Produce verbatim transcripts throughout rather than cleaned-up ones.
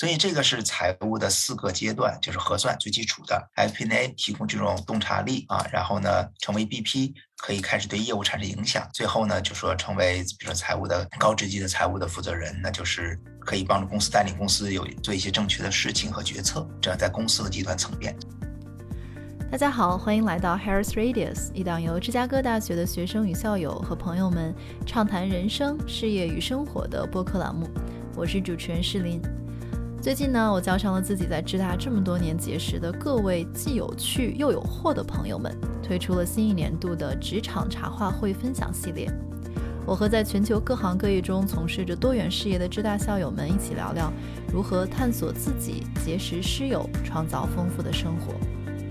所以这个是财务的四个阶段，就是核算最基础的 F P and A 提供这种洞察力啊，然后呢成为 B P 可以开始对业务产生影响，最后呢就说成为比如说财务的高职级的财务的负责人，那就是可以帮助公司带领公司有做一些正确的事情和决策，这样在公司的集团层面。 大家好，欢迎来到 Harris Radius， 一档由芝加哥大学的学生与校友和朋友们畅谈人生、事业与生活的播客栏目。我是主持人诗琳。最近呢，我叫上了自己在芝大这么多年结识的各位既有趣又有货的朋友们，推出了新一年度的职场茶话会分享系列。我和在全球各行各业中从事着多元事业的芝大校友们一起聊聊如何探索自己、结识师友、创造丰富的生活。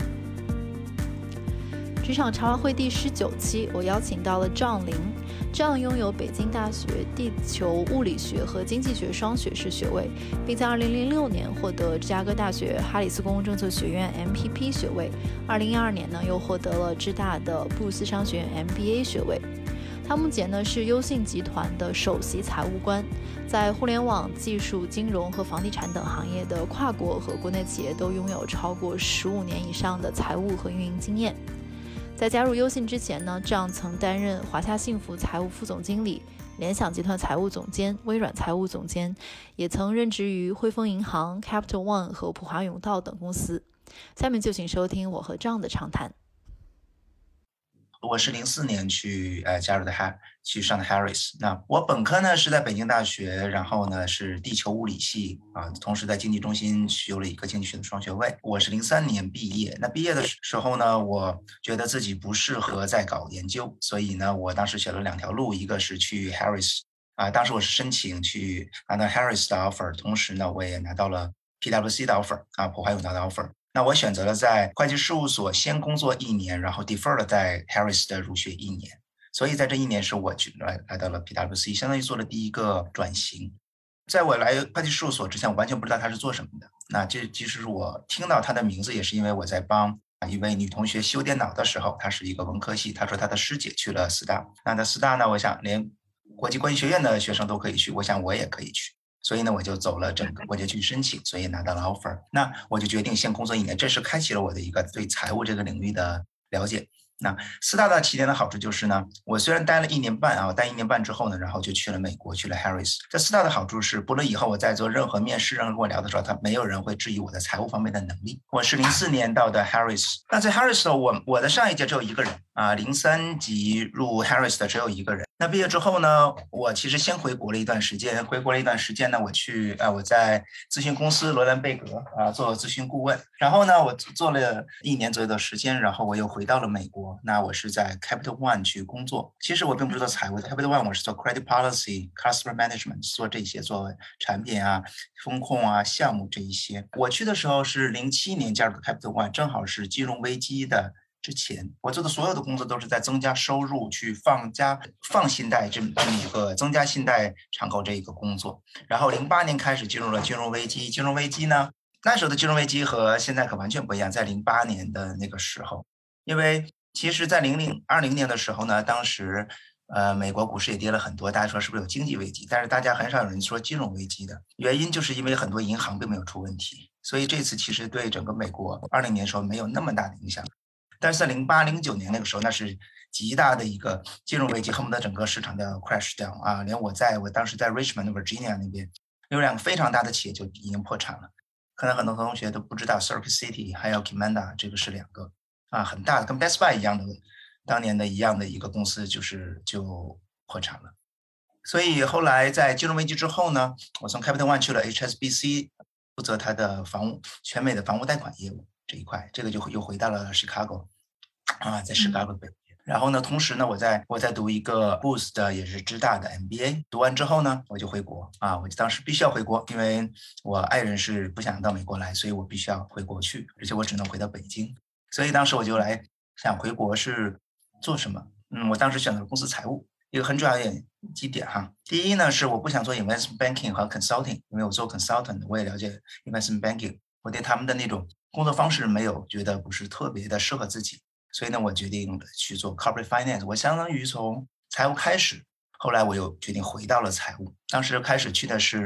职场茶话会第十九期，我邀请到了张林。张拥有北京大学地球物理学和经济学双学士学位，并在二零零六年获得芝加哥大学哈里斯公共政策学院 M P P 学位。二零一二年呢，又获得了芝大的布鲁斯商学院 M B A 学位。他目前呢是优信集团的首席财务官，在互联网、技术、金融和房地产等行业的跨国和国内企业都拥有超过十五年以上的财务和运营经验。在加入优信之前呢，这样曾担任华夏幸福财务副总经理、联想集团财务总监、微软财务总监，也曾任职于汇丰银行、Capital One 和普华永道等公司。下面就请收听我和张的畅谈。 我是零四年去呃加入的哈去上的 Harris。那我本科呢是在北京大学，然后呢是地球物理系啊，同时在经济中心修了一个经济学的双学位。我是零三年毕业，那毕业的时候呢，我觉得自己不适合再搞研究，所以呢，我当时选了两条路，一个是去 Harris 啊，当时我是申请去拿到 Harris 的 offer， 同时呢，我也拿到了 P W C 的 offer 啊，普华永道的 offer。那我选择了在会计事务所先工作一年，然后 defer 了在 Harris 的入学一年，所以在这一年是我去来来到了 P W C， 相当于做了第一个转型。在我来会计事务所之前，我完全不知道他是做什么的。那这其实我听到他的名字，也是因为我在帮一位女同学修电脑的时候，她是一个文科系，她说她的师姐去了四大，那在四大呢，我想连国际关系学院的学生都可以去，我想我也可以去。所以呢，我就走了整个，我就去申请，所以拿到了 offer。那我就决定先工作一年，这是开启了我的一个对财务这个领域的了解。那四大的起点的好处就是呢，我虽然待了一年半啊，待一年半之后呢，然后就去了美国，去了 Harris。这四大的好处是，不论以后我在做任何面试，任何跟我聊的时候，他没有人会质疑我的财务方面的能力。我是零四年到的 Harris， 那在 Harris 的我我的上一届只有一个人啊，零三级入 Harris 的只有一个人。那毕业之后呢，我其实先回国了一段时间，回国了一段时间呢，我去啊、呃，我在咨询公司罗兰贝格啊做咨询顾问，然后呢，我做了一年左右的时间，然后我又回到了美国。那我是在 Capital One 去工作，其实我并不是做财务的 ，Capital One 我是做 Credit Policy、Customer Management， 做这些，做产品啊、风控啊、项目这一些。我去的时候是零七年加入的 Capital One， 正好是金融危机的之前，我做的所有的工作都是在增加收入，去放加放信贷这么这么一个增加信贷敞口这一个工作。然后零八年开始进入了金融危机，金融危机呢，那时候的金融危机和现在可完全不一样。在零八年的那个时候，因为其实在零零二零年的时候呢，当时呃美国股市也跌了很多，大家说是不是有经济危机？但是大家很少有人说金融危机的原因，就是因为很多银行并没有出问题，所以这次其实对整个美国二零年的时候没有那么大的影响。但是在零八零九年那个时候，那是极大的一个金融危机，恨不得整个市场都要 crash down 啊！连我在我当时在 Richmond Virginia 那边有两个非常大的企业就已经破产了，可能很多同学都不知道 Circuit City 还有 Kimanda 这个是两个啊很大的，跟 Best Buy 一样的当年的一样的一个公司，就是就破产了。所以后来在金融危机之后呢，我从 Capital One 去了 H S B C， 负责它的房屋全美的房屋贷款业务这一块，这个就又回到了 Chicago 啊，在 Chicago 北。然后呢，同时呢，我在我在读一个 Booth 的也是芝大的 M B A， 读完之后呢，我就回国啊，我当时必须要回国，因为我爱人是不想到美国来，所以我必须要回国去，而且我只能回到北京，所以当时我就来想回国是做什么。嗯，我当时选择了公司财务，一个很重要的几点哈。第一呢，是我不想做 investment banking 和 consulting， 因为我做 consultant， 我也了解 investment banking， 我对他们的那种工作方式没有觉得不是特别的适合自己，所以呢，我决定去做 corporate finance。我相当于从财务开始，后来我又决定回到了财务。当时开始去的是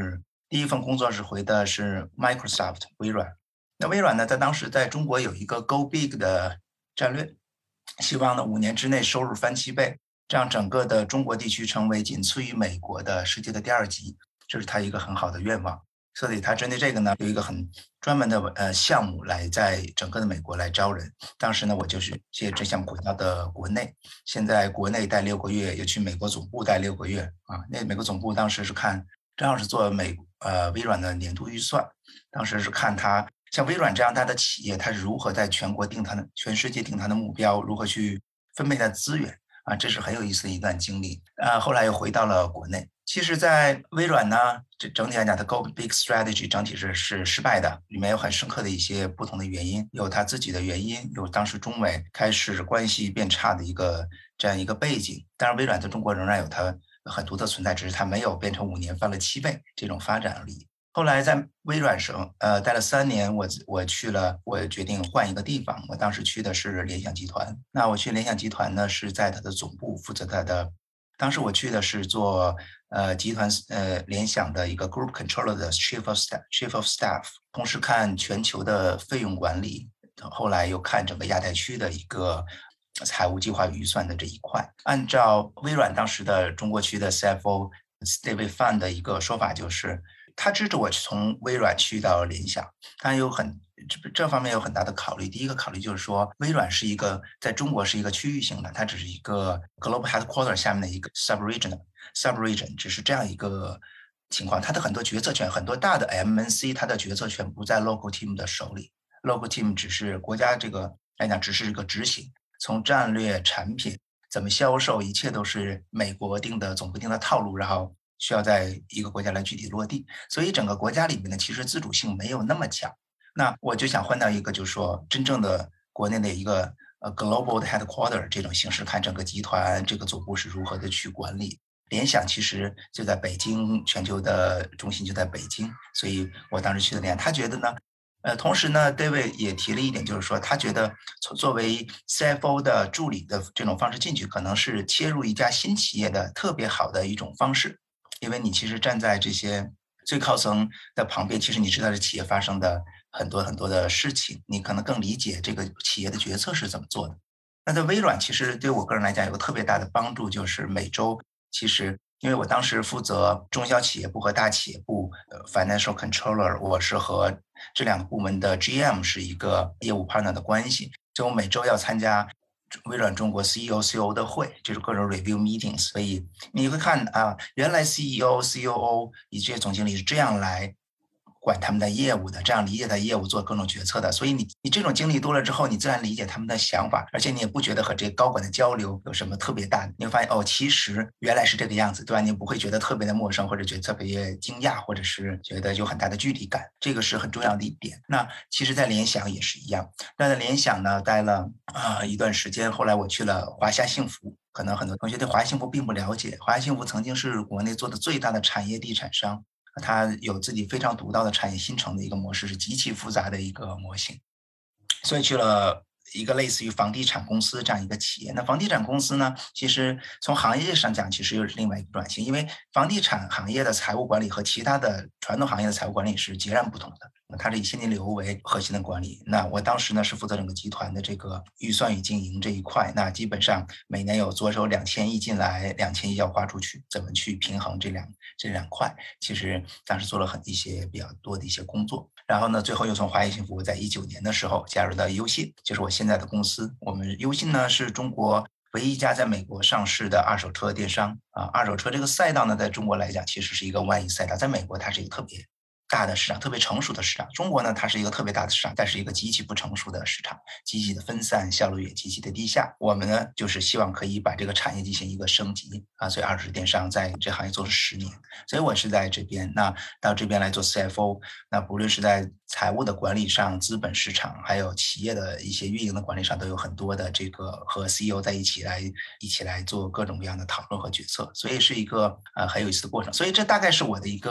第一份工作是回的是 Microsoft 微软。那微软呢，在当时在中国有一个 Go Big 的战略，希望呢五年之内收入翻七倍，这样整个的中国地区成为仅次于美国的世界的第二级，这是他一个很好的愿望。所以他针对这个呢，有一个很专门的呃项目来在整个的美国来招人。当时呢，我就是借这项目回到的国内，现在国内待六个月，又去美国总部待六个月啊。那美国总部当时是看，正好是做美呃微软的年度预算，当时是看他像微软这样大的企业，它是如何在全国定它的全世界定它的目标，如何去分配它的资源啊，这是很有意思的一段经历。呃，后来又回到了国内。其实在微软呢，这整体来讲，它 Go Big Strategy 整体是是失败的，里面有很深刻的一些不同的原因，有它自己的原因，有当时中美开始关系变差的一个这样一个背景。当然，微软在中国仍然有它很独特存在，只是它没有变成五年翻了七倍这种发展而已。后来在微软时候，呃，待了三年，我我去了，我决定换一个地方。我当时去的是联想集团。那我去联想集团呢，是在它的总部负责它的。当时我去的是做呃集团呃联想的一个 Group Controller 的 Chief of Staff Chief of Staff，同时看全球的费用管理，后来又看整个亚太区的一个财务计划预算的这一块。按照微软当时的中国区的 C F O David Fan 的一个说法，就是他支持我从微软去到联想，他有很这这方面有很大的考虑。第一个考虑就是说，微软是一个在中国是一个区域性的，它只是一个 global headquarter 下面的一个 subregion subregion， 只是这样一个情况。它的很多决策权，很多大的 M N C， 它的决策权不在 local team 的手里 ，local team 只是国家这个来讲，只是一个执行，从战略、产品怎么销售，一切都是美国定的总部定的套路，然后需要在一个国家来具体落地。所以整个国家里面呢，其实自主性没有那么强。那我就想换到一个，就是说真正的国内的一个呃 global 的 headquarter 这种形式，看整个集团这个总部是如何的去管理。联想其实就在北京，全球的中心就在北京，所以我当时去的联想，他觉得呢，呃，同时呢 ，David 也提了一点，就是说他觉得作为 C F O 的助理的这种方式进去，可能是切入一家新企业的特别好的一种方式，因为你其实站在这些最高层的旁边，其实你知道这企业发生的很多很多的事情，你可能更理解这个企业的决策是怎么做的。那在微软，其实对我个人来讲有个特别大的帮助，就是每周其实因为我当时负责中小企业部和大企业部，呃，financial controller，我是和这两个部门的 G M 是一个业务 partner 的关系，所以我每周要参加微软中国 C E O、C O O 的会，就是各种 review meetings。所以你会看啊，原来 C E O、C O O 以及这些总经理是这样来管他们的业务的，这样理解他业务，做各种决策的。所以你你这种经历多了之后，你自然理解他们的想法，而且你也不觉得和这些高管的交流有什么特别大的。你会发现哦，其实原来是这个样子，对吧？你不会觉得特别的陌生，或者觉得特别惊讶，或者是觉得有很大的距离感，这个是很重要的一点。那其实，在联想也是一样。那在联想呢，待了啊、呃、一段时间，后来我去了华夏幸福。可能很多同学对华夏幸福并不了解，华夏幸福曾经是国内做的最大的产业地产商。它有自己非常独到的产业新城的一个模式，是极其复杂的一个模型，所以去了一个类似于房地产公司这样一个企业。那房地产公司呢，其实从行业上讲，其实又是另外一个转型，因为房地产行业的财务管理和其他的传统行业的财务管理是截然不同的。它是以现金流为核心的管理。那我当时呢是负责整个集团的这个预算与经营这一块。那基本上每年有左手两千亿进来，两千亿要花出去，怎么去平衡这两这两块？其实当时做了很一些比较多的一些工作。然后呢，最后又从华夏幸福在一九年的时候加入到优信，就是我现在的公司。我们优信呢是中国唯一一家在美国上市的二手车电商啊。二手车这个赛道呢，在中国来讲其实是一个万亿赛道，在美国它是一个特别大的市场，特别成熟的市场。中国呢，它是一个特别大的市场，但是一个极其不成熟的市场，极其的分散，效率也极其的低下。我们呢，就是希望可以把这个产业进行一个升级啊。所以二手电商在这行业做了十年，所以我是在这边。那到这边来做 C F O， 那不论是在财务的管理上、资本市场，还有企业的一些运营的管理上，都有很多的这个和 C E O 在一起来一起来做各种各样的讨论和决策，所以是一个呃很有意思的过程。所以这大概是我的一个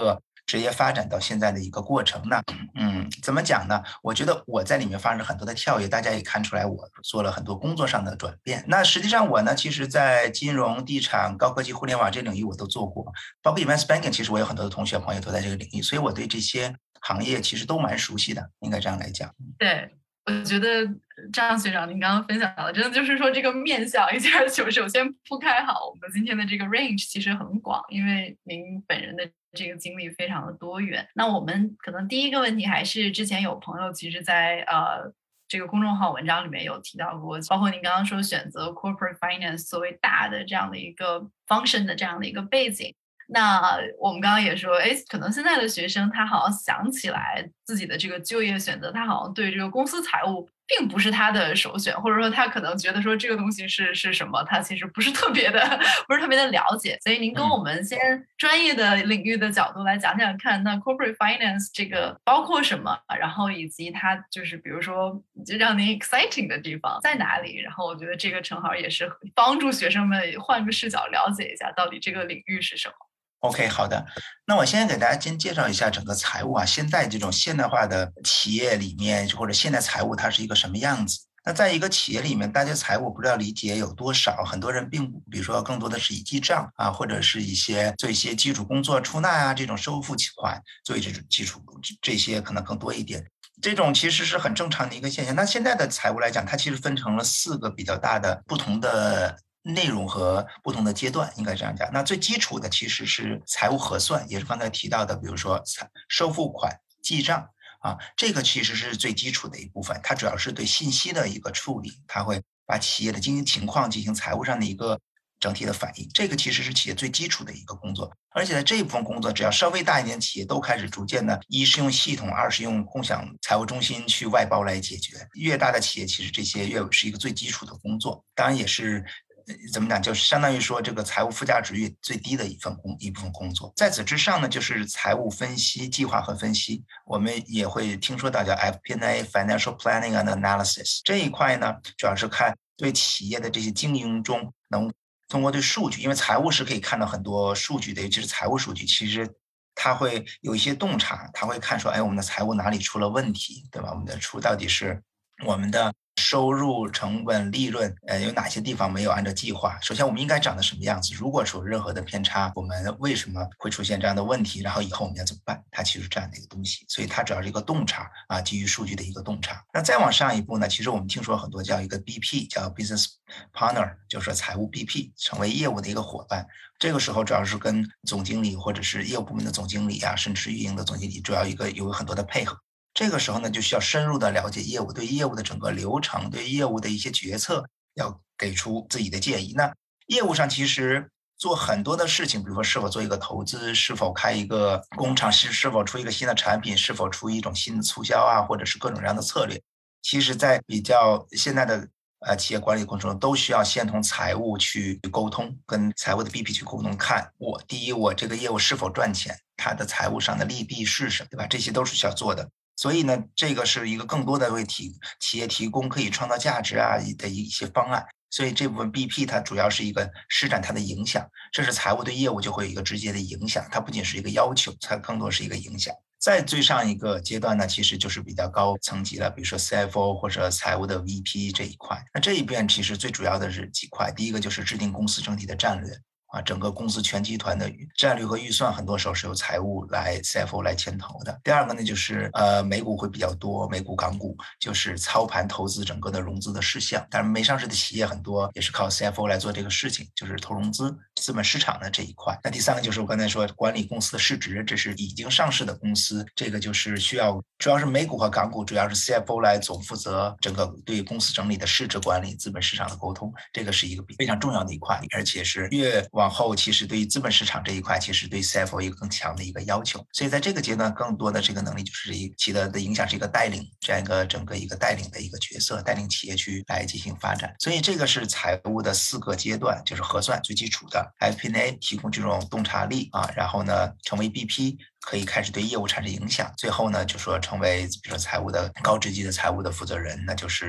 职业发展到现在的一个过程呢。嗯，怎么讲呢？我觉得我在里面发生了很多的跳跃，大家也看出来我做了很多工作上的转变。那实际上我呢，其实在金融、地产、高科技、互联网这领域我都做过，包括 investment banking， 其实我有很多的同学朋友都在这个领域，所以我对这些行业其实都蛮熟悉的，应该这样来讲。 对，我觉得张学长您刚刚分享的，真的就是说这个面向一下，就首先铺开好，我们今天的这个 range 其实很广，因为您本人的这个经历非常的多元。那我们可能第一个问题还是之前有朋友其实在呃这个公众号文章里面有提到过，包括您刚刚说选择 corporate finance 作为大的这样的一个 function 的这样的一个背景。那我们刚刚也说，哎，可能现在的学生他好像想起来自己的这个就业选择，他好像对这个公司财务并不是他的首选，或者说他可能觉得说这个东西是是什么，他其实不是特别的不是特别的了解。所以您跟我们先专业的领域的角度来讲讲看，那 corporate finance 这个包括什么，然后以及它就是比如说就让您 exciting 的地方在哪里，然后我觉得这个正好也是帮助学生们换个视角了解一下到底这个领域是什么。 OK， 好的。那我先给大家先介绍一下整个财务啊，现在这种现代化的企业里面，或者现代财务它是一个什么样子？那在一个企业里面，大家财务不知道理解有多少，很多人并不，比如说更多的是以记账啊，或者是一些做一些基础工作出纳啊这种收付款，做这种基础这些可能更多一点。这种其实是很正常的一个现象。那现在的财务来讲，它其实分成了四个比较大的不同的内容和不同的阶段，应该这样讲。那最基础的其实是财务核算，也是刚才提到的，比如说收付款、记账啊，这个其实是最基础的一部分。它主要是对信息的一个处理，它会把企业的经营情况进行财务上的一个整体的反应。这个其实是企业最基础的一个工作。而且在这一部分工作，只要稍微大一点企业都开始逐渐的，一是用系统，二是用共享财务中心去外包来解决。越大的企业，其实这些越是一个最基础的工作，当然也是。怎么讲，就是相当于说这个财务附加值越最低的一份工一部分工作。在此之上呢，就是财务分析、计划和分析。我们也会听说到叫 F P and A（Financial Planning and Analysis） 这一块呢，主要是看对企业的这些经营中能通过对数据，因为财务是可以看到很多数据的，尤其是财务数据，其实它会有一些洞察，它会看说，哎，我们的财务哪里出了问题，对吧？我们的出到底是我们的收入、成本、利润，呃，有哪些地方没有按照计划？首先，我们应该长得什么样子？如果出任何的偏差，我们为什么会出现这样的问题？然后以后我们要怎么办？它其实是这样的一个东西，所以它主要是一个洞察啊，基于数据的一个洞察。那再往上一步呢？其实我们听说很多叫一个 B P， 叫 Business Partner， 就是财务 B P， 成为业务的一个伙伴。这个时候主要是跟总经理或者是业务部门的总经理啊，甚至是运营的总经理，主要一个有很多的配合。这个时候呢，就需要深入的了解业务，对业务的整个流程，对业务的一些决策，要给出自己的建议。那业务上其实做很多的事情，比如说是否做一个投资，是否开一个工厂，是是否出一个新的产品，是否出一种新的促销啊，或者是各种各样的策略。其实，在比较现在的呃企业管理过程中，都需要先同财务去沟通，跟财务的 B P 去沟通，看我第一，我这个业务是否赚钱，它的财务上的利弊是什么，对吧？这些都是需要做的。所以呢，这个是一个更多的为提企业提供可以创造价值啊的一些方案。所以这部分 B P 它主要是一个施展它的影响，这是财务对业务就会有一个直接的影响，它不仅是一个要求，它更多是一个影响。再最上一个阶段呢，其实就是比较高层级了，比如说 C F O 或者财务的 V P 这一块。那这一边其实最主要的是几块，第一个就是制定公司整体的战略。啊，整个公司全集团的战略和预算，很多时候是由财务来 C F O 来牵头的。第二个呢，就是呃美股会比较多，美股、港股就是操盘投资整个的融资的事项。当然，没上市的企业很多也是靠 C F O 来做这个事情，就是投融资、资本市场的这一块。那第三个就是我刚才说管理公司的市值，这是已经上市的公司，这个就是需要主要是美股和港股，主要是 C F O 来总负责整个对公司整理的市值管理、资本市场的沟通，这个是一个非常重要的一块，而且是越往后其实对于资本市场这一块，其实对 C F O 一个更强的一个要求。所以在这个阶段，更多的这个能力就是一起的的影响是一个带领这样一个整个一个带领的一个角色，带领企业去来进行发展。所以这个是财务的四个阶段，就是核算最基础的 F P and A 提供这种洞察力啊，然后呢成为 B P。可以开始对业务产生影响，最后呢，就说成为比如说财务的高职级的财务的负责人，那就是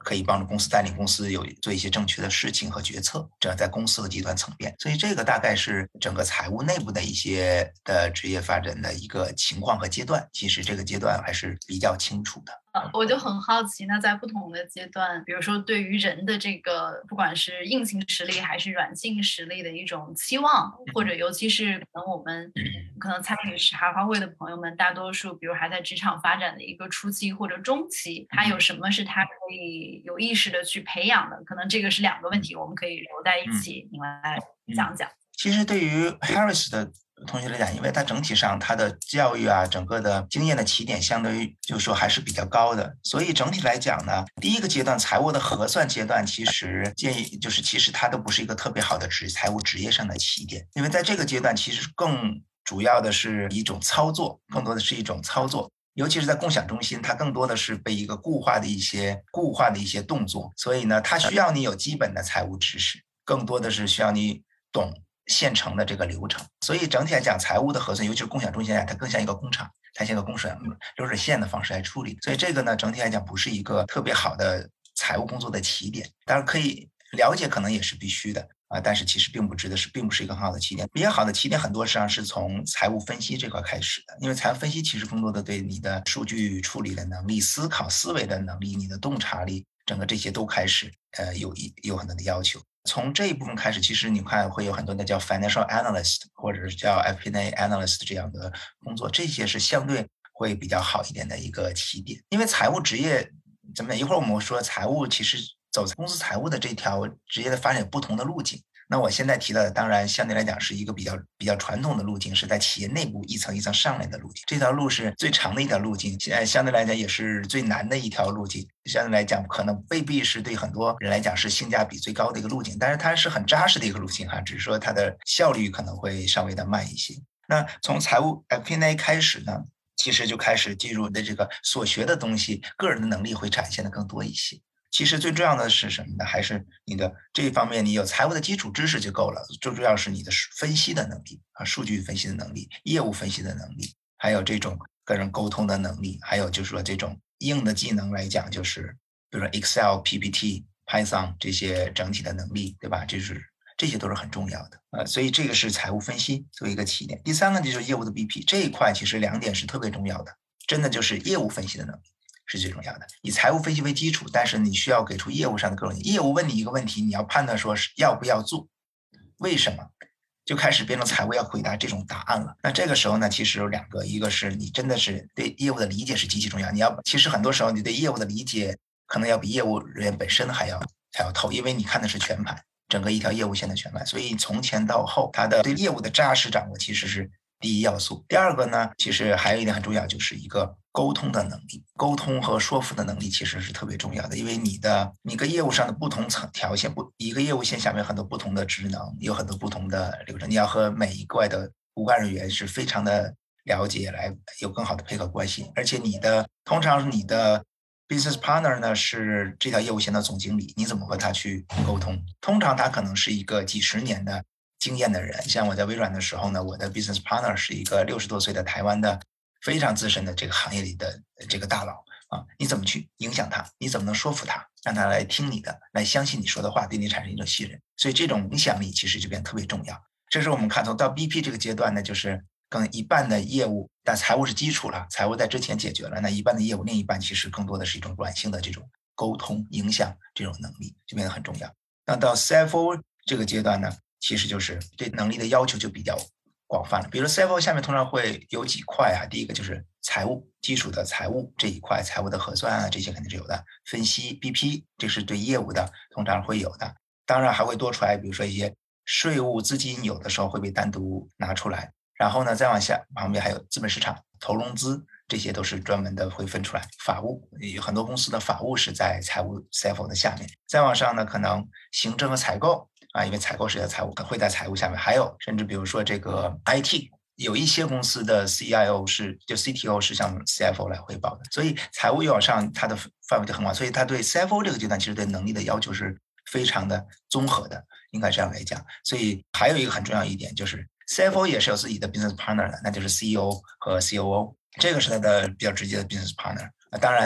可以帮助公司带领公司有做一些正确的事情和决策，这样在公司和集团层面。所以这个大概是整个财务内部的一些的职业发展的一个情况和阶段，其实这个阶段还是比较清楚的。 我就很好奇，那在不同的阶段，比如说对于人的这个不管是硬性实力还是软性实力的一种期望，或者尤其是可能我们可能参与茶话会的朋友们，大多数比如还在职场发展的一个初期或者中期，他有什么是他可以有意识的去培养的？可能这个是两个问题，我们可以留在一起，你们来讲讲。 其实对于 Harris 的同学来讲，因为他整体上他的教育啊，整个的经验的起点相对于就是说还是比较高的，所以整体来讲呢，第一个阶段财务的核算阶段，其实建议就是其实它都不是一个特别好的职财务职业上的起点，因为在这个阶段其实更主要的是一种操作，更多的是一种操作。尤其是在共享中心，它更多的是被一个固化的一些固化的一些动作，所以呢，它需要你有基本的财务知识，更多的是需要你懂现成的这个流程。所以整体来讲，财务的核算，尤其是共享中心，它更像一个工厂，它像一个工水流水线的方式来处理。所以这个呢，整体来讲不是一个特别好的财务工作的起点，当然可以了解，可能也是必须的。啊，但是其实并不值得是，并不是一个很好的起点。比较好的起点很多实际上是从财务分析这块开始的，因为财务分析其实更多的对你的数据处理的能力、思考思维的能力、你的洞察力，整个这些都开始呃有一有很多的要求。从这一部分开始，其实你看会有很多的叫 financial analyst 或者是叫 F P and A analyst 这样的工作，这些是相对会比较好一点的一个起点。因为财务职业怎么一会儿我们说财务其实走公司财务的这条职业的发展有不同的路径。那我现在提到的，当然相对来讲是一个比较比较传统的路径，是在企业内部一层一层上来的路径。这条路是最长的一条路径，现在相对来讲也是最难的一条路径。相对来讲，可能未必是对很多人来讲是性价比最高的一个路径，但是它是很扎实的一个路径哈，只是说它的效率可能会稍微的慢一些。那从财务 F P and A 开始呢，其实就开始进入的这个所学的东西，个人的能力会展现的更多一些。其实最重要的是什么呢？还是你的这一方面，你有财务的基础知识就够了。最重要是你的分析的能力啊，数据分析的能力、业务分析的能力，还有这种跟人沟通的能力，还有就是说这种硬的技能来讲，就是比如说 Excel、P P T、Python 这些整体的能力，对吧？就是这些都是很重要的。呃，所以这个是财务分析作为一个起点。第三个就是业务的 B P 这一块，其实两点是特别重要的，真的就是业务分析的能力。是最重要的，以财务分析为基础，但是你需要给出业务上的各种业务问你一个问题，你要判断说是要不要做，为什么，就开始变成财务要回答这种答案了。那这个时候呢，其实有两个，一个是你真的是对业务的理解是极其重要，你要其实很多时候你对业务的理解可能要比业务人员本身还要还要透，因为你看的是全盘，整个一条业务线的全盘，所以从前到后，它的对业务的扎实掌握其实是第一要素。第二个呢，其实还有一点很重要，就是一个沟通的能力，沟通和说服的能力其实是特别重要的，因为你的一个业务上的不同层条线，不一个业务线下面有很多不同的职能，有很多不同的流程，你要和每一块的骨干人员是非常的了解，来有更好的配合关系。而且你的通常你的 business partner 呢是这条业务线的总经理，你怎么和他去沟通？通常他可能是一个几十年的经验的人，像我在微软的时候呢，我的 business partner 是一个六十多岁的台湾的非常资深的这个行业里的这个大佬啊，你怎么去影响他？你怎么能说服他，让他来听你的，来相信你说的话，对你产生一种信任？所以这种影响力其实就变得特别重要。这是我们看从到 B P 这个阶段呢，就是更一半的业务，但财务是基础了，财务在之前解决了，那一半的业务，另一半其实更多的是一种软性的这种沟通、影响这种能力，就变得很重要。那到 C F O 这个阶段呢，其实就是对能力的要求就比较广泛了。比如 C F O 下面通常会有几块啊，第一个就是财务，基础的财务这一块，财务的核算啊，这些肯定是有的。分析 B P 这是对业务的，通常会有的。当然还会多出来，比如说一些税务资金，有的时候会被单独拿出来。然后呢，再往下旁边还有资本市场、投融资，这些都是专门的会分出来。法务有很多公司的法务是在财务 C F O 的下面。再往上呢，可能行政和采购啊，因为采购是在财务，会在财务下面。还有甚至比如说这个 I T， 有一些公司的 C I O 是就 C T O 是向 C F O 来汇报的。所以财务越往上，它的范围就很广。所以它对 C F O 这个阶段其实对能力的要求是非常的综合的，应该这样来讲。所以还有一个很重要一点就是。C F O 也是有自己的 business partner 的，那就是 C E O 和 C O O， 这个是他的比较直接的 business partner。当然，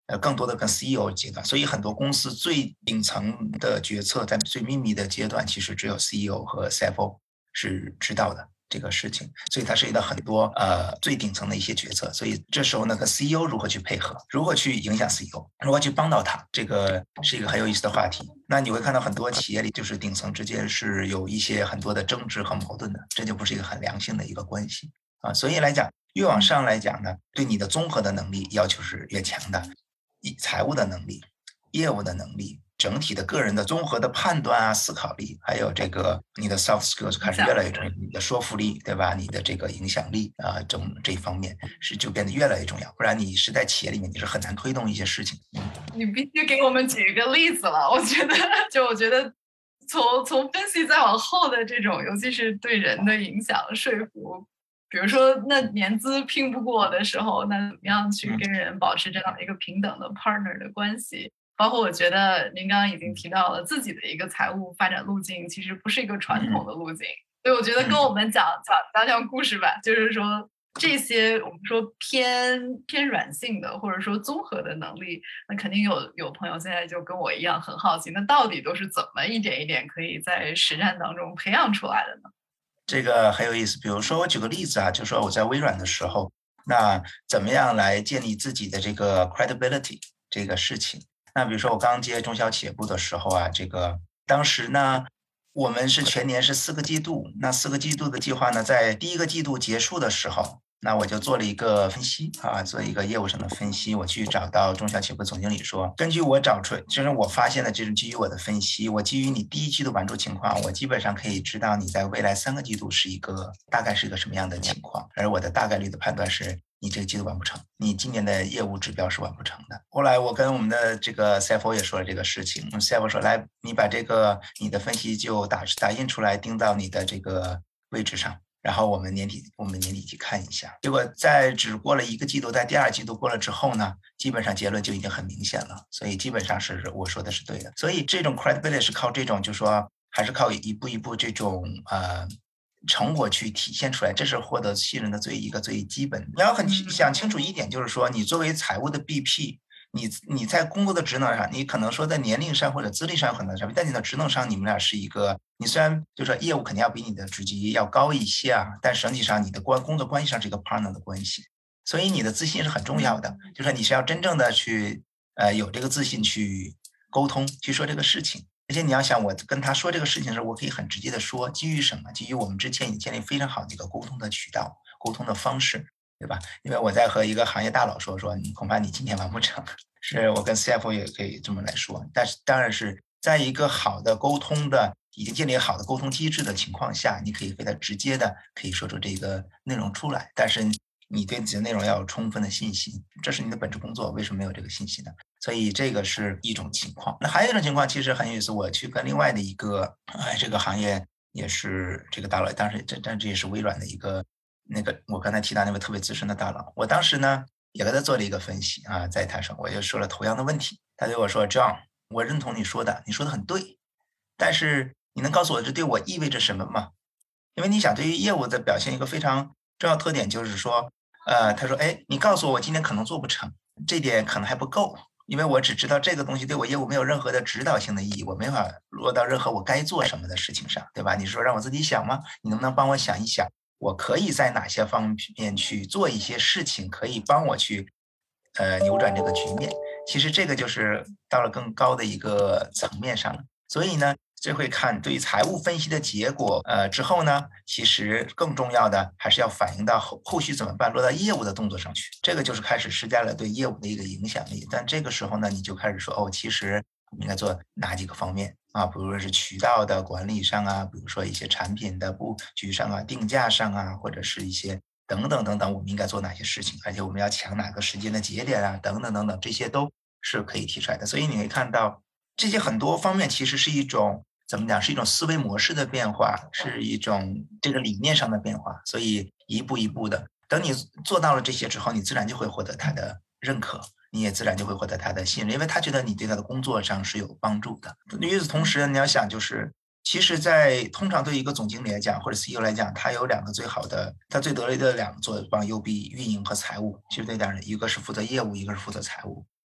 呃，更多的跟 C E O 阶段，所以很多公司最顶层的决策在最秘密的阶段，其实只有 C E O 和 C F O 是知道的这个事情，所以它涉及到很多呃最顶层的一些决策，所以这时候呢，跟 C E O 如何去配合，如何去影响 C E O， 如何去帮到他，这个是一个很有意思的话题。那你会看到很多企业里，就是顶层之间是有一些很多的争执和矛盾的，这就不是一个很良性的一个关系啊。所以来讲，越往上来讲呢，对你的综合的能力要求是越强的，财务的能力、业务的能力。整体的个人的综合的判断啊、思考力，还有这个你的 soft skills 开始越来越重要，你的说服力，对吧？你的这个影响力啊，这这一方面是就变得越来越重要，不然你是在企业里面你是很难推动一些事情。 你必须给我们举一个例子了，我觉得，就我觉得从从分析再往后的这种，尤其是对人的影响、说服，比如说那年资拼不过的时候，那怎么样去跟人保持这样一个平等的 partner 的关系？包括我觉得您刚刚已经提到了自己的一个财务发展路径，其实不是一个传统的路径，所以我觉得跟我们讲讲讲讲故事吧，就是说这些我们说偏偏软性的或者说综合的能力，那肯定有有朋友现在就跟我一样很好奇，那到底都是怎么一点一点可以在实战当中培养出来的呢？ 这个很有意思，比如说我举个例子啊，就说我在微软的时候，那怎么样来建立自己的这个 credibility 这个事情。那比如说我刚接中小企业部的时候啊，这个当时呢，我们是全年是四个季度，那四个季度的计划呢，在第一个季度结束的时候，那我就做了一个分析啊，做一个业务上的分析。我去找到中小企业部总经理说，根据我找出，就是我发现的这种基于我的分析，我基于你第一季度完成情况，我基本上可以知道你在未来三个季度是一个大概是一个什么样的情况，而我的大概率的判断是，你这个季度完不成，你今年的业务指标是完不成的。后来我跟我们的这个 C F O 也说了这个事情， C F O 说，来，你把这个你的分析就打打印出来，钉到你的这个位置上，然后我们年底我们年底去看一下。结果在只过了一个季度，在第二季度过了之后呢，基本上结论就已经很明显了，所以基本上是我说的是对的。所以这种 credibility 是靠这种，就是说还是靠一步一步这种呃成果去体现出来，这是获得信任的最一个最基本。你要很想清楚一点，就是说你作为财务的 B P， 你你在工作的职能上，你可能说在年龄上或者资历上有很大差别，但你的职能上你们俩是一个，你虽然就是说业务肯定要比你的职级要高一些啊，但实际上你的关工作关系上是一个 partner 的关系，所以你的自信是很重要的，就是你是要真正的去呃有这个自信去沟通去说这个事情。而且你要想，我跟他说这个事情的时候，我可以很直接的说，基于什么？基于我们之前已经建立非常好的一个沟通的渠道、沟通的方式，对吧？因为我在和一个行业大佬说说，你恐怕你今天完不成。是我跟 C F O 也可以这么来说，但是当然是在一个好的沟通的、已经建立好的沟通机制的情况下，你可以非常直接的可以说出这个内容出来，但是你对自己的内容要有充分的信心，这是你的本职工作，为什么没有这个信心呢？所以这个是一种情况。那还有一种情况其实很有意思，我去跟另外的一个哎这个行业也是这个大佬，当时这这这也是微软的一个那个我刚才提到那位特别资深的大佬，我当时呢也跟他做了一个分析啊，在台上我就说了同样的问题，他对我说 John， 我认同你说的，你说的很对，但是你能告诉我这对我意味着什么吗？因为你想对于业务的表现一个非常重要特点就是说，呃，他说，哎，你告诉我我今天可能做不成，这点可能还不够，因为我只知道这个东西对我业务没有任何的指导性的意义，我没法落到任何我该做什么的事情上，对吧？你说让我自己想吗？你能不能帮我想一想，我可以在哪些方面去做一些事情，可以帮我去呃扭转这个局面？其实这个就是到了更高的一个层面上了。所以呢，这会看对于财务分析的结果，呃之后呢，其实更重要的还是要反映到后后续怎么办，落到业务的动作上去。这个就是开始施加了对业务的一个影响力。但这个时候呢，你就开始说，哦，其实我们应该做哪几个方面啊？比如说是渠道的管理上啊，比如说一些产品的布局上啊、定价上啊，或者是一些等等等等，我们应该做哪些事情？而且我们要抢哪个时间的节点啊，等等等等，这些都是可以提出来的。所以你会看到这些很多方面其实是一种怎么讲，是一种思维模式的变化，是一种这个理念上的变化。所以一步一步的，等你做到了这些之后，你自然就会获得他的认可，你也自然就会获得他的信任，因为他觉得你对他的工作上是有帮助的。与此同时，你要想就是，其实在通常对一个总经理来讲，或者 C E O 来讲，他有两个最好的，他最得力的两个做帮 U B 运营和财务，其实这两人，一个是负责业务，一个是负责财务。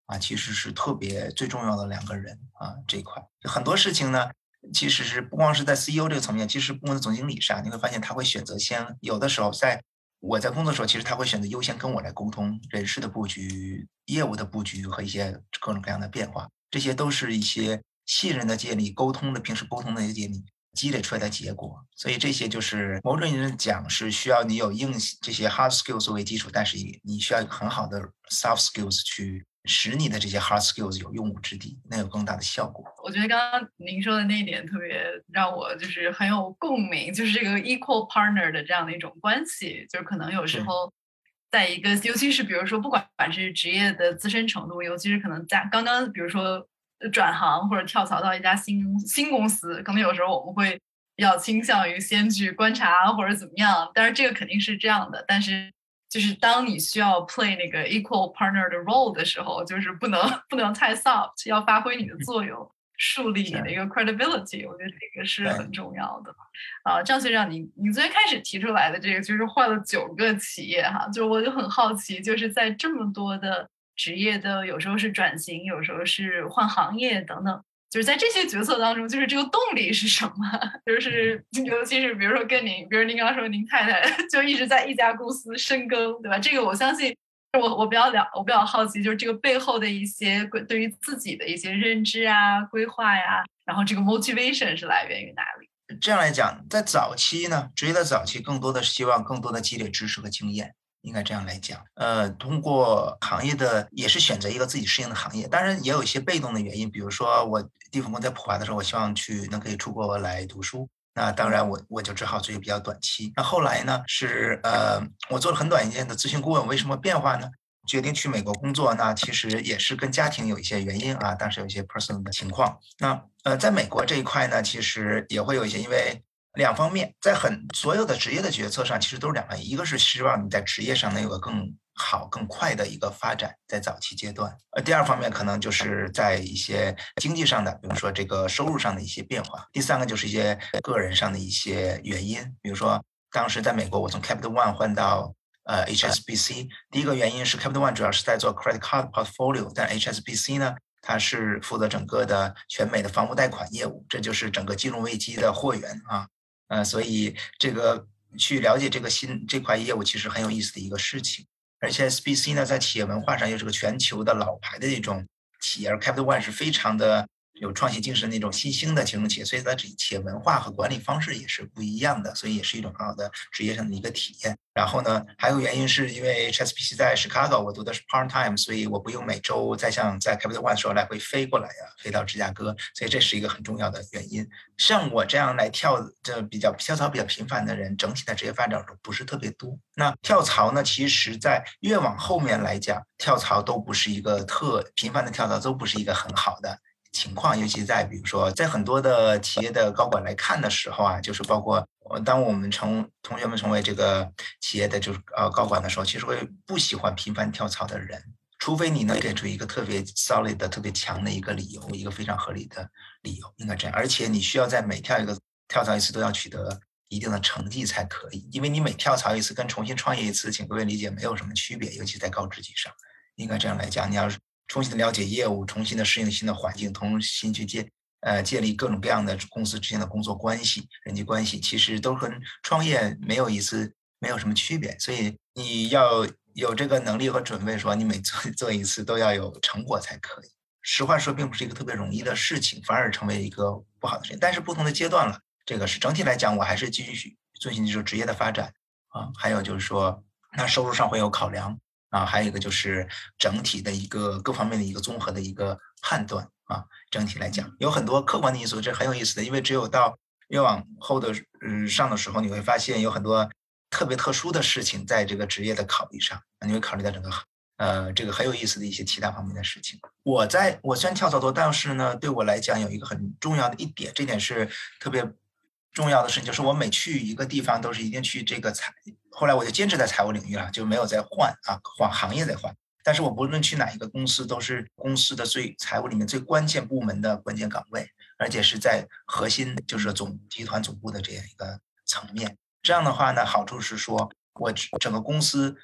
啊，其实是特别最重要的两个人啊这一块。很多事情呢，其实是不光是在 C E O 这个层面，其实部门的总经理上，你会发现他会选择先，有的时候在我在工作的时候，其实他会选择优先跟我来沟通人事的布局、业务的布局和一些各种各样的变化，这些都是一些信任的建立、沟通的平时沟通的一些建立。积累出来的结果，所以这些就是某种意义上讲是需要你有硬这些 hard skills 作为基础，但是你需要一个很好的 soft skills 去使你的这些 hard skills 有用武之地，能有更大的效果。 我觉得刚刚您说的那一点特别让我就是很有共鸣，就是这个 equal partner 的这样的一种关系，就是可能有时候在一个，尤其是比如说不管是职业的资深程度，尤其是可能在刚刚比如说转行或者跳槽到一家新新公司，可能有时候我们会比较倾向于先去观察或者怎么样，但是这个肯定是这样的，但是就是当你需要 play 那个 equal partner 的 role 的时候，就是不能不能太 soft， 要发挥你的作用，树立你的一个 credibility， 我觉得这个是很重要的。啊，张学长，你你最开始提出来的这个就是换了九个企业哈，就我就很好奇，就是在这么多的职业的，有时候是转型，有时候是换行业等等，就是在这些决策当中，就是这个动力是什么？就是尤其是比如说跟您，比如您刚刚说您太太就一直在一家公司深耕，对吧？这个我相信，我我比较了，我比较好奇，就是这个背后的一些对于自己的一些认知啊、规划呀，然后这个 motivation 是来源于哪里？ 这样来讲，在早期呢，职业的早期，更多的是希望更多的积累知识和经验。应该这样来讲，呃，通过行业的也是选择一个自己适应的行业，当然也有一些被动的原因，比如说我第一份工在普华的时候，我希望去能可以出国来读书，那当然我我就只好做一个比较短期。那后来呢，是呃，我做了很短一件的咨询顾问，为什么变化呢？决定去美国工作，那其实也是跟家庭有一些原因啊，当时有一些 personal 的情况。那呃，在美国这一块呢，其实也会有一些，因为两方面，在很所有的职业的决策上，其实都是两方面，一个是希望你在职业上能有个更好、更快的一个发展，在早期阶段；呃，第二方面可能就是在一些经济上的，比如说这个收入上的一些变化；第三个就是一些个人上的一些原因，比如说当时在美国，我从 Capital One 换到呃 H S B C， 第一个原因是 Capital One 主要是在做 credit card portfolio， 但 H S B C 呢，它是负责整个的全美的房屋贷款业务，这就是整个金融危机的货源啊。呃，所以这个去了解这个新这块业务其实很有意思的一个事情。而且 S B C 呢，在企业文化上又是个全球的老牌的这种企业，而 Capital One 是非常的有创新精神那种新兴的金融企业，所以它企业文化和管理方式也是不一样的，所以也是一种很好的职业上的一个体验。然后呢，还有原因是因为 H S B C 在 Chicago， 我读的是 part time， 所以我不用每周再像在 Capital One 的时候来回飞过来呀、啊，飞到芝加哥，所以这是一个很重要的原因。像我这样来跳这比较跳槽比较频繁的人，整体的职业发展不是特别多。那跳槽呢，其实在越往后面来讲，跳槽都不是一个特频繁的跳槽，都不是一个很好的情况，尤其在比如说在很多的企业的高管来看的时候啊，就是包括当我们成同学们成为这个企业的就是呃高管的时候，其实会不喜欢频繁跳槽的人，除非你能给出一个特别 solid 的、特别强的一个理由，一个非常合理的理由，应该这样。而且你需要在每跳一个跳槽一次都要取得一定的成绩才可以，因为你每跳槽一次跟重新创业一次，请各位理解没有什么区别，尤其在高职级上，应该这样来讲，你要是重新的了解业务，重新的适应新的环境，重新去建呃建立各种各样的公司之间的工作关系、人际关系，其实都跟创业没有一次没有什么区别。所以你要有这个能力和准备，说你每做做一次都要有成果才可以。实话说，并不是一个特别容易的事情，反而成为一个不好的事情。但是不同的阶段了，这个是整体来讲，我还是继续遵循就是职业的发展啊，还有就是说，那收入上会有考量。啊，还有一个就是整体的一个各方面的一个综合的一个判断啊，整体来讲有很多客观的因素，这很有意思的，因为只有到越往后的嗯上的时候，你会发现有很多特别特殊的事情在这个职业的考虑上，你会考虑到整个呃这个很有意思的一些其他方面的事情。我在我虽然跳槽多，但是呢，对我来讲有一个很重要的一点，这点是特别重要的事情，就是我每去一个地方都是一定去这个财。后来我就坚持在财务领域了，就没有再换啊，换行业再换。但是我不论去哪一个公司，都是公司的最财务里面最关键部门的关键岗位，而且是在核心，就是总集团总部的这样一个层面。这样的话呢，好处是说我整个公司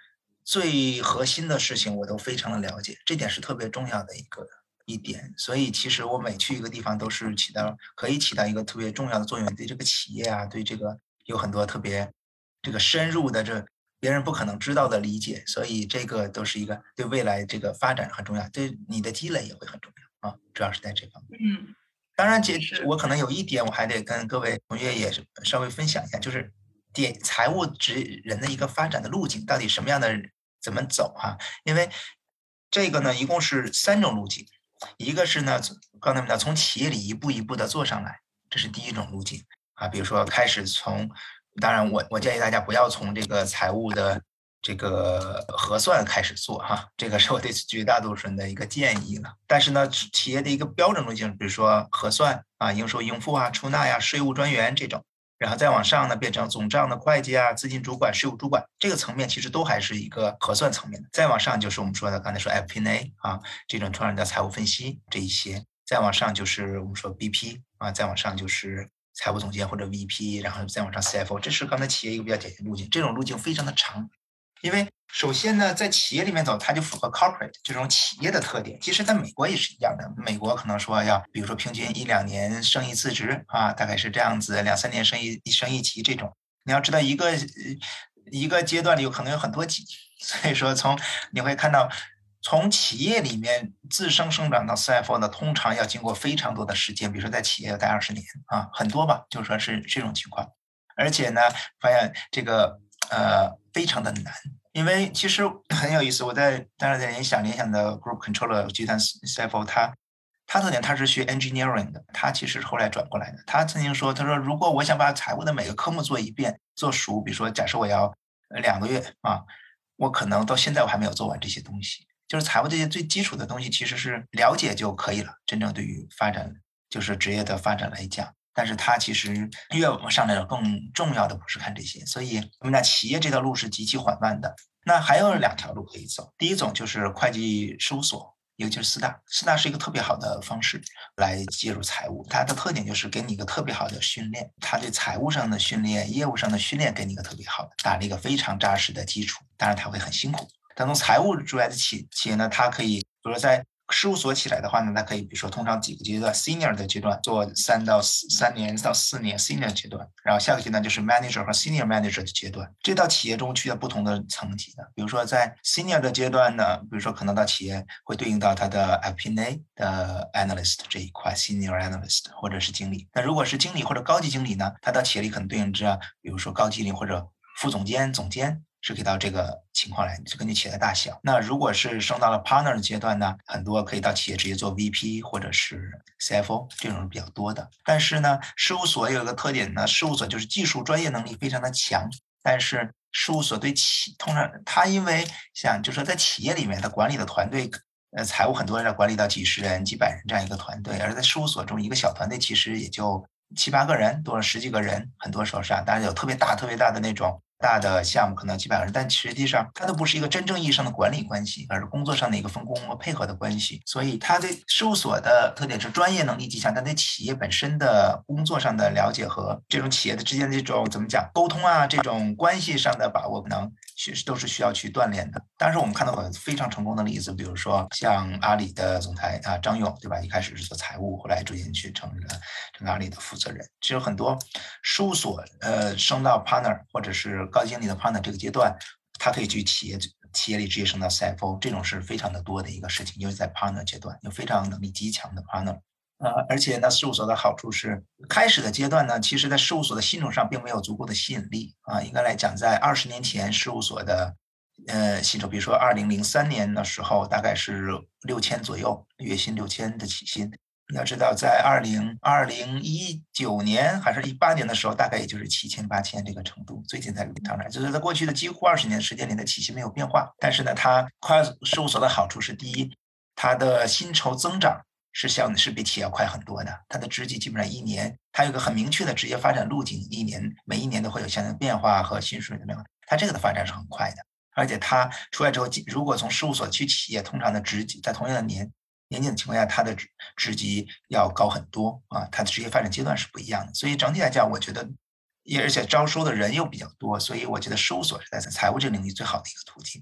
最核心的事情我都非常的了解，这点是特别重要的一个一点。所以其实我每去一个地方都是起到可以起到一个特别重要的作用，对这个企业啊，对这个有很多特别这个深入的这别人不可能知道的理解，所以这个都是一个对未来这个发展很重要，对你的积累也会很重要啊，主要是在这方面。 嗯， 当然这我可能有一点我还得跟各位同学也是稍微分享一下，就是点财务职人的一个发展的路径，到底什么样的怎么走哈、因为这个呢一共是三种路径，一个是呢刚才们讲从企业里一步一步的做上来，这是第一种路径啊，比如说开始从，当然我我建议大家不要从这个财务的这个核算开始做哈，这个是我对绝大多数人的一个建议了。但是呢，企业的一个标准路径，比如说核算啊、应收应付啊、出纳呀、税务专员这种，然后再往上呢变成总账的会计啊、资金主管、税务主管，这个层面其实都还是一个核算层面的。再往上就是我们说的刚才说 F P and A 啊，这种突然的财务分析这一些，再往上就是我们说 B P 啊，再往上就是财务总监或者 V P， 然后再往上 C F O， 这是刚才企业一个比较典型路径。这种路径非常的长，因为首先呢，在企业里面走，它就符合 corporate 这种企业的特点。其实在美国也是一样的，美国可能说要，比如说平均一两年升一次职啊，大概是这样子，两三年升一升一级这种。你要知道一个一个阶段里有可能有很多级，所以说从你会看到。从企业里面自升生长到 C F O 呢，通常要经过非常多的时间，比如说在企业要待二十年啊，很多吧，就说是这种情况。而且呢，发现这个呃非常的难，因为其实很有意思。我在当然在联想联想的 Group Controller 集团 C F O， 他他特点他是学 engineering 的，他其实后来转过来的。他曾经说，他说如果我想把财务的每个科目做一遍做熟，比如说假设我要两个月啊，我可能到现在我还没有做完这些东西。就是财务这些最基础的东西，其实是了解就可以了。真正对于发展，就是职业的发展来讲，但是它其实越往上来了，更重要的不是看这些。所以我们讲企业这条路是极其缓慢的。那还有两条路可以走，第一种就是会计事务所，尤其是四大，四大是一个特别好的方式来介入财务。它的特点就是给你一个特别好的训练，它对财务上的训练、业务上的训练给你一个特别好的，打了一个非常扎实的基础。当然它会很辛苦。但从财务出来的企企业呢，它可以，比如说在事务所起来的话呢，它可以，比如说通常几个阶段 ，senior 的阶段做三到四三年到四年 senior 阶段，然后下个阶段就是 manager 和 senior manager 的阶段。这到企业中去的不同的层级的，比如说在 senior 的阶段呢，比如说可能到企业会对应到它的 F P and A 的 analyst 这一块 senior analyst 或者是经理。那如果是经理或者高级经理呢，它到企业里可能对应着，比如说高级经理或者副总监、总监。是可以到这个情况来，就根据企业的大小。那如果是升到了 partner 的阶段呢，很多可以到企业直接做 V P 或者是 C F O， 这种是比较多的。但是呢，事务所有一个特点呢，事务所就是技术专业能力非常的强，但是事务所对企通常他因为像就说在企业里面的管理的团队。呃，财务很多人要管理到几十人、几百人这样一个团队，而在事务所中，一个小团队其实也就七八个人，多了十几个人，很多时候是啊，当然有特别大、特别大的那种大的项目，可能几百个人，但实际上它都不是一个真正意义上的管理关系，而是工作上的一个分工和配合的关系。所以，它对事务所的特点是专业能力极强，但对企业本身的工作上的了解和这种企业的之间的这种怎么讲沟通啊，这种关系上的把握，可能都是需要去锻炼的。当然，我们看到过非常成功的例子，比如说像阿里的总裁啊张勇，对吧？一开始是做财务，后来逐渐去成了成了阿里的负责人。其实很多事务所呃升到 partner 或者是高经理的 partner 这个阶段，他可以去企业企业里直接升到 C F O， 这种是非常的多的一个事情，尤其在 partner 阶段有非常能力极强的 partner。呃，而且呢，事务所的好处是，开始的阶段呢，其实在事务所的薪酬上并没有足够的吸引力啊。应该来讲，在二十年前，事务所的呃薪酬，比如说二零零三年的时候，大概是六千左右，月薪六千的起薪。你要知道，在二零二零一九年还是一八年的时候，大概也就是七千八千这个程度。最近才当然，就是在过去的几乎二十年时间里的起薪没有变化。但是呢，它快事务所的好处是，第一，它的薪酬增长。是相是比企业快很多的，它的职级基本上一年，它有个很明确的职业发展路径，一年每一年都会有相应的变化和薪水的变化，它这个的发展是很快的，而且它出来之后，如果从事务所去企业，通常的职级在同样的年年纪的情况下，它的职级要高很多啊，它的职业发展阶段是不一样的，所以整体来讲，我觉得也而且招收的人又比较多，所以我觉得事务所是在财务这个领域最好的一个途径。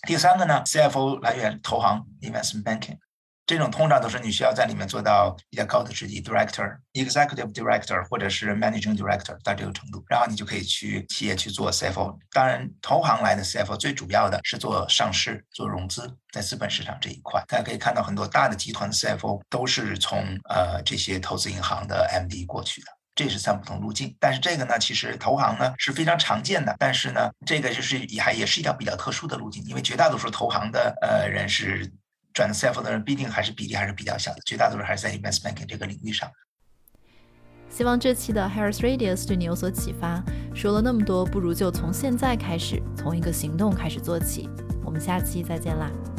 第三个呢 C F O 来源投行 investment banking， 这种通常都是你需要在里面做到比较高的职级 director executive director 或者是 managing director 到这个程度，然后你就可以去企业去做 C F O。 当然投行来的 C F O 最主要的是做上市做融资，在资本市场这一块大家可以看到很多大的集团的 C F O 都是从呃这些投资银行的 M D 过去的，这是三不同路径。但是这个呢其实投行呢是非常常见的，但是呢这个就是也还也是一条比较特殊的路径，因为绝大多数投行的呃人是转的 C F O 的人必定还是比例还是比较小的，绝大多数还是在 investment banking 这个领域上。 希望这期的 Harris Radius 对你有所启发，说了那么多，不如就从现在开始，从一个行动开始做起。我们下期再见啦。